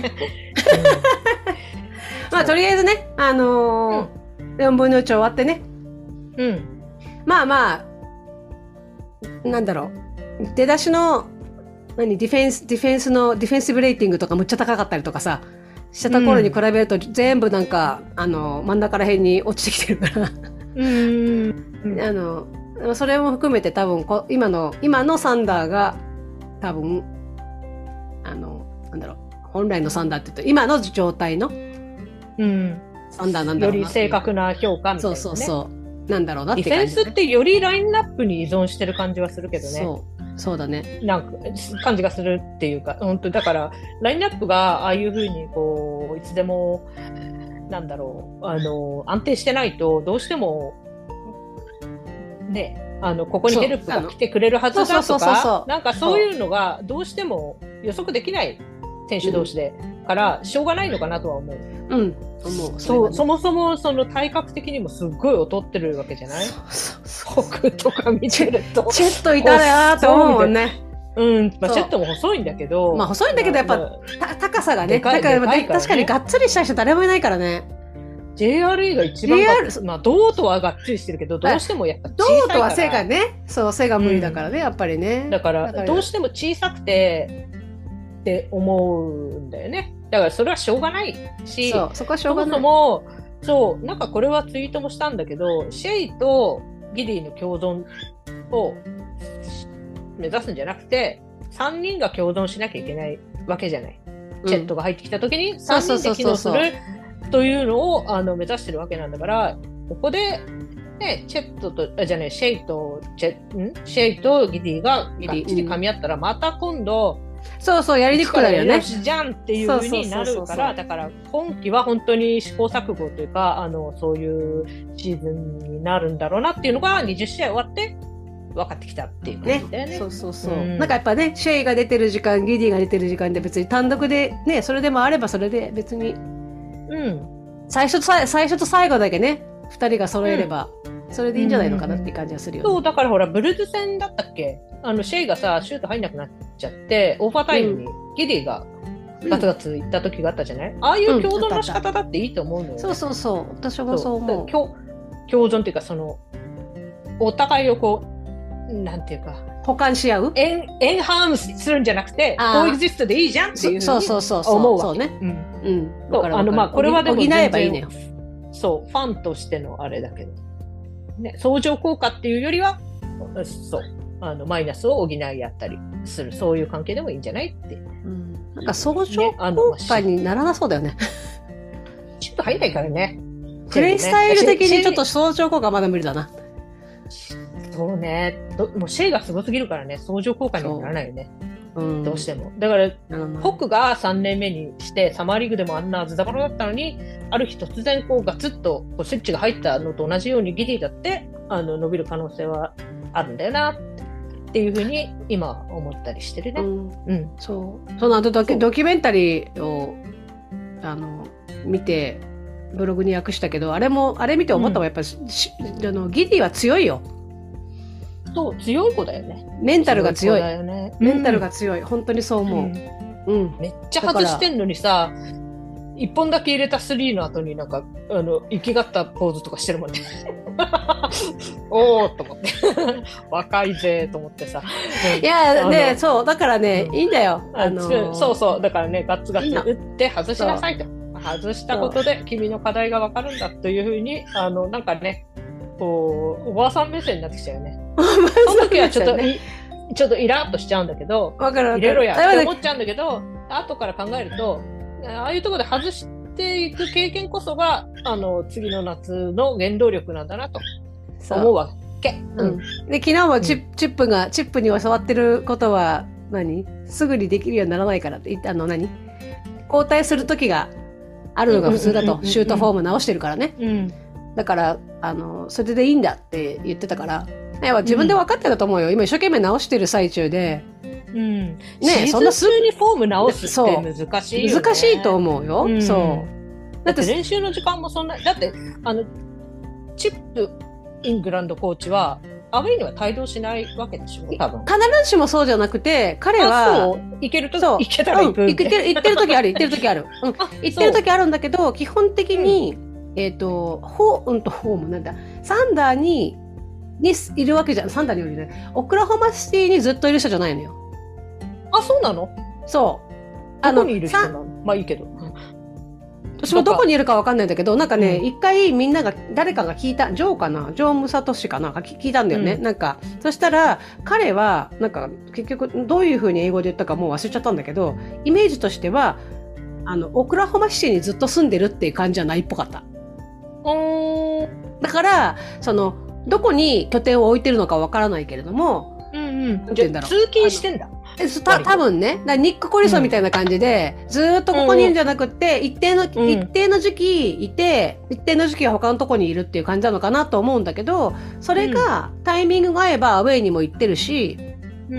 Speaker 1: まあとりあえずね、あのー、よんぶんのいち終わってね。うん。まあまあ、なんだろう。出だしの、何、ディフェンス、ディフェンスの、ディフェンシブレーティングとかむっちゃ高かったりとかさ、してた頃に比べると全部なんか、うん、あの、真ん中ら辺に落ちてきてるから。うん。あの、 それも含めて多分こ今の今のサンダーが多分あのなんだろう本来のサンダーって言うと今の状態の、
Speaker 2: うん、
Speaker 1: サンダーなんだろうな
Speaker 2: より正確な評価みたいな、ね、
Speaker 1: そうそうそうなんだろうなって
Speaker 2: 感じ、ね、ディフェンスってよりラインナップに依存してる感じはするけどね。
Speaker 1: そうそうだね。
Speaker 2: なんか感じがするっていうか、本当だからラインナップがああいう風にこういつでもなんだろうあの安定してないとどうしてもね。あのここにヘルプが来てくれるはずだとか、なんかそういうのがどうしても予測できない選手同士で、うん、からしょうがないのかなとは思う。
Speaker 1: うん、思う。
Speaker 2: そう、そもそもその体格的にもすっごい劣ってるわけじゃない？僕とか見てると
Speaker 1: チェットいたなと思うもんね。
Speaker 2: うん、まあ、チェットも細いんだけど、
Speaker 1: まあ細いんだけどやっぱ、まあ、高さがね、だから、ね、確かにがっつりした人誰もいないからね。
Speaker 2: ジェイアールエー が一番 ジェイアール、まあ、銅とはがっつりしてるけど、どうしてもやっぱ小さいから。銅と
Speaker 1: は背がね、そう、背が無理だからね、うん、やっぱりね。
Speaker 2: だから、どうしても小さくてって思うんだよね。だからそれはしょうがないし、
Speaker 1: そう、そこはしょうがない。
Speaker 2: そもそも、そう、なんかこれはツイートもしたんだけど、シェイとギディの共存を目指すんじゃなくて、さんにんが共存しなきゃいけないわけじゃない。うん、チェットが入ってきた時にさんにんで機能する。というのをあの目指してるわけなんだから、ここで、ね、チェットと、あじゃね、シェイと、チェ、んシェイとギディががっちり噛み合ったら、また今度、
Speaker 1: そうそう、やりにくくなるよね。
Speaker 2: よしじゃんっていう風になるから、だから今期は本当に試行錯誤というか、あの、そういうシーズンになるんだろうなっていうのがにじゅう試合終わって分かってきたっていう感じだよね。ね、
Speaker 1: そうそうそう、うん。なんかやっぱね、シェイが出てる時間、ギディが出てる時間で別に単独でね、それでもあればそれで別に、
Speaker 2: うん。
Speaker 1: 最初と最初と最後だけね、二人が揃えれば、うん、それでいいんじゃないのかなっていう感じがするよね。
Speaker 2: そう、だからほら、ブルーズ戦だったっけ？あの、シェイがさ、シュート入んなくなっちゃって、オーバータイムにギディがガツガツ行った時があったじゃない？うん、ああいう共存の仕方だっていいと思うのよ、ね。
Speaker 1: そうそうそう。私もそう思う。
Speaker 2: 共存っていうか、その、お互いをこう、なんていうか、
Speaker 1: 補完し合う
Speaker 2: エン、エンハームするんじゃなくて、コーエグジストでいいじゃんっていうふうに思うわけ。
Speaker 1: そうそうそうそう。そうね。
Speaker 2: うん。うん。だからあの、まあ、これはでも
Speaker 1: 補えばいいねよ。
Speaker 2: そう、ファンとしてのあれだけど。ね、相乗効果っていうよりは、そう、あの、マイナスを補い合ったりする、そういう関係でもいいんじゃないって。うん。
Speaker 1: なんか相乗効果にならなそうだよね。
Speaker 2: ちょっと入んないからね。
Speaker 1: プレイスタイル的にちょっと相乗効果はまだ無理だな。
Speaker 2: そうね。どもうシェイがすごすぎるからね、相乗効果にはならないよね。うん、どうしても。だから、ホックがさんねんめにして、サマーリーグでもあんなズタボロだったのに、ある日突然こうガツッとこうスイッチが入ったのと同じようにギディだって、あの、伸びる可能性はあるんだよな、っていうふうに今思ったりしてるね。うん。うん、
Speaker 1: そう。その後ドキュメンタリーを、あの、見て、ブログに訳したけど、あれも、あれ見て思ったのはやっぱり、うん、あのギディは強いよ。
Speaker 2: そう、強い子だよね。
Speaker 1: メンタルが強い。
Speaker 2: 強い子だよね。
Speaker 1: メンタルが強い。うん、本当にそう思う。うん。
Speaker 2: うん、めっちゃ外してんのにさ、一本だけ入れたスリーの後になんか、あの、生きがったポーズとかしてるもんね。おーと思って。若いぜと思ってさ。
Speaker 1: うん、いや、ね、そう、だからね、うん、いいんだよ。
Speaker 2: あのー、そうそう、だからね、ガッツガツ打って外しなさいと。外したことで君の課題がわかるんだというふうに、あの、なんかね、こう、おばあさん目線になってきちゃうよね。その時はちょっと、ね、ちょっとイラッとしちゃうんだけど、
Speaker 1: わかるわかる
Speaker 2: 入れろやって思っちゃうんだけど、後から考えると、ああいうところで外していく経験こそが、あの、次の夏の原動力なんだなと思うわけ。
Speaker 1: ううん、で、昨日もチップ、チップが、チップに教わってることは何、すぐにできるようにならないからって言って、あの何交代する時があるのが普通だと、シュートフォーム直してるからね。うん、だから、あの、それでいいんだって言ってたから、やっぱ自分で分かってると思うよ。今一生懸命直してる最中で。
Speaker 2: うん。ね、そんなすぐにフォーム直すって難しいよね。
Speaker 1: 難しいと思うよ。うん、そう。
Speaker 2: だって練習の時間もそんな、だって、あの、チップ・イングランドコーチは、アウェイには帯同しないわけでしょ多分。
Speaker 1: 必ずしもそうじゃなくて、彼は、
Speaker 2: そう行けると、行けたら行く、
Speaker 1: うん。行ってる、行ってる時ある、行ってる時ある。うん。行ってる時あるんだけど、基本的に、うん、えっと、ホー、うんと、ホームなんだ、サンダーに、にいるわけじゃん。サンダーによりね。オクラホマシティにずっといる人じゃないのよ。
Speaker 2: あ、そうなの？
Speaker 1: そう。
Speaker 2: あの、どこにいる人なの？まあいいけど。
Speaker 1: 私もどこにいるかわかんないんだけど、なんかね、一、うん、回みんなが、誰かが聞いた、ジョーかなジョームサトシかな聞いたんだよね、うん。なんか、そしたら、彼は、なんか、結局、どういう風に英語で言ったかもう忘れちゃったんだけど、イメージとしては、あの、オクラホマシティにずっと住んでるっていう感じじゃないっぽかった。だから、その、どこに拠点を置いてるのかわからないけれども、
Speaker 2: うんうん。じゃ通勤してんだ。
Speaker 1: た多分ね、だニック・コリソンみたいな感じで、うん、ずーっとここにいるんじゃなくって、うん、一定の、一定の時期いて、一定の時期は他のとこにいるっていう感じなのかなと思うんだけど、それがタイミングが合えばアウェイにも行ってるし、うん、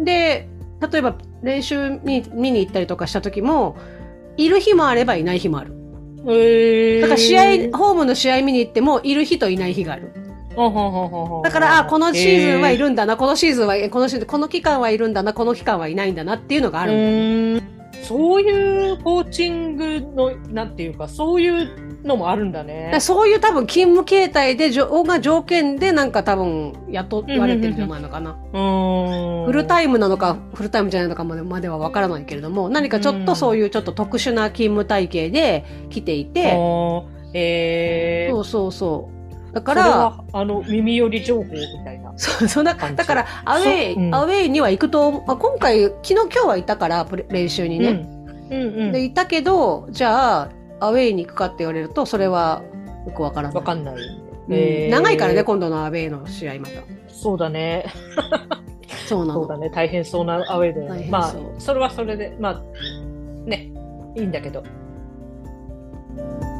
Speaker 1: で、例えば練習見見に行ったりとかした時も、いる日もあればいない日もある。へー。だから試合、ホームの試合見に行っても、いる日といない日がある。だから、あ、このシーズンはいるんだな、このシーズンは、このシーズン、この期間はいるんだな、この期間はいないんだなっていうのがあるんだよ。
Speaker 2: そういうコーチングの、なんていうか、そういうのもあるんだね。
Speaker 1: そういう多分勤務形態で、が条件でなんか多分雇われてるんじゃないのかな。フルタイムなのか、フルタイムじゃないのかまではわからないけれども、何かちょっとそういうちょっと特殊な勤務体系で来ていて、
Speaker 2: えー、
Speaker 1: そうそうそう。だから、
Speaker 2: あの、耳寄り情報みたいな。
Speaker 1: そう、そんな、だから、アウェイ、うん、アウェイには行くと、あ、今回、昨日今日はいたから、練習にね。うんうんうん、で、いたけど、じゃあ、アウェイに行くかって言われると、それはよくわからない。
Speaker 2: わかんない。
Speaker 1: えー、長いからね、今度のアウェイの試合また。
Speaker 2: そうだね。
Speaker 1: そうなの。
Speaker 2: そうだね、大変そうなアウェイだよね。まあ、それはそれで、まあ、ね、いいんだけど。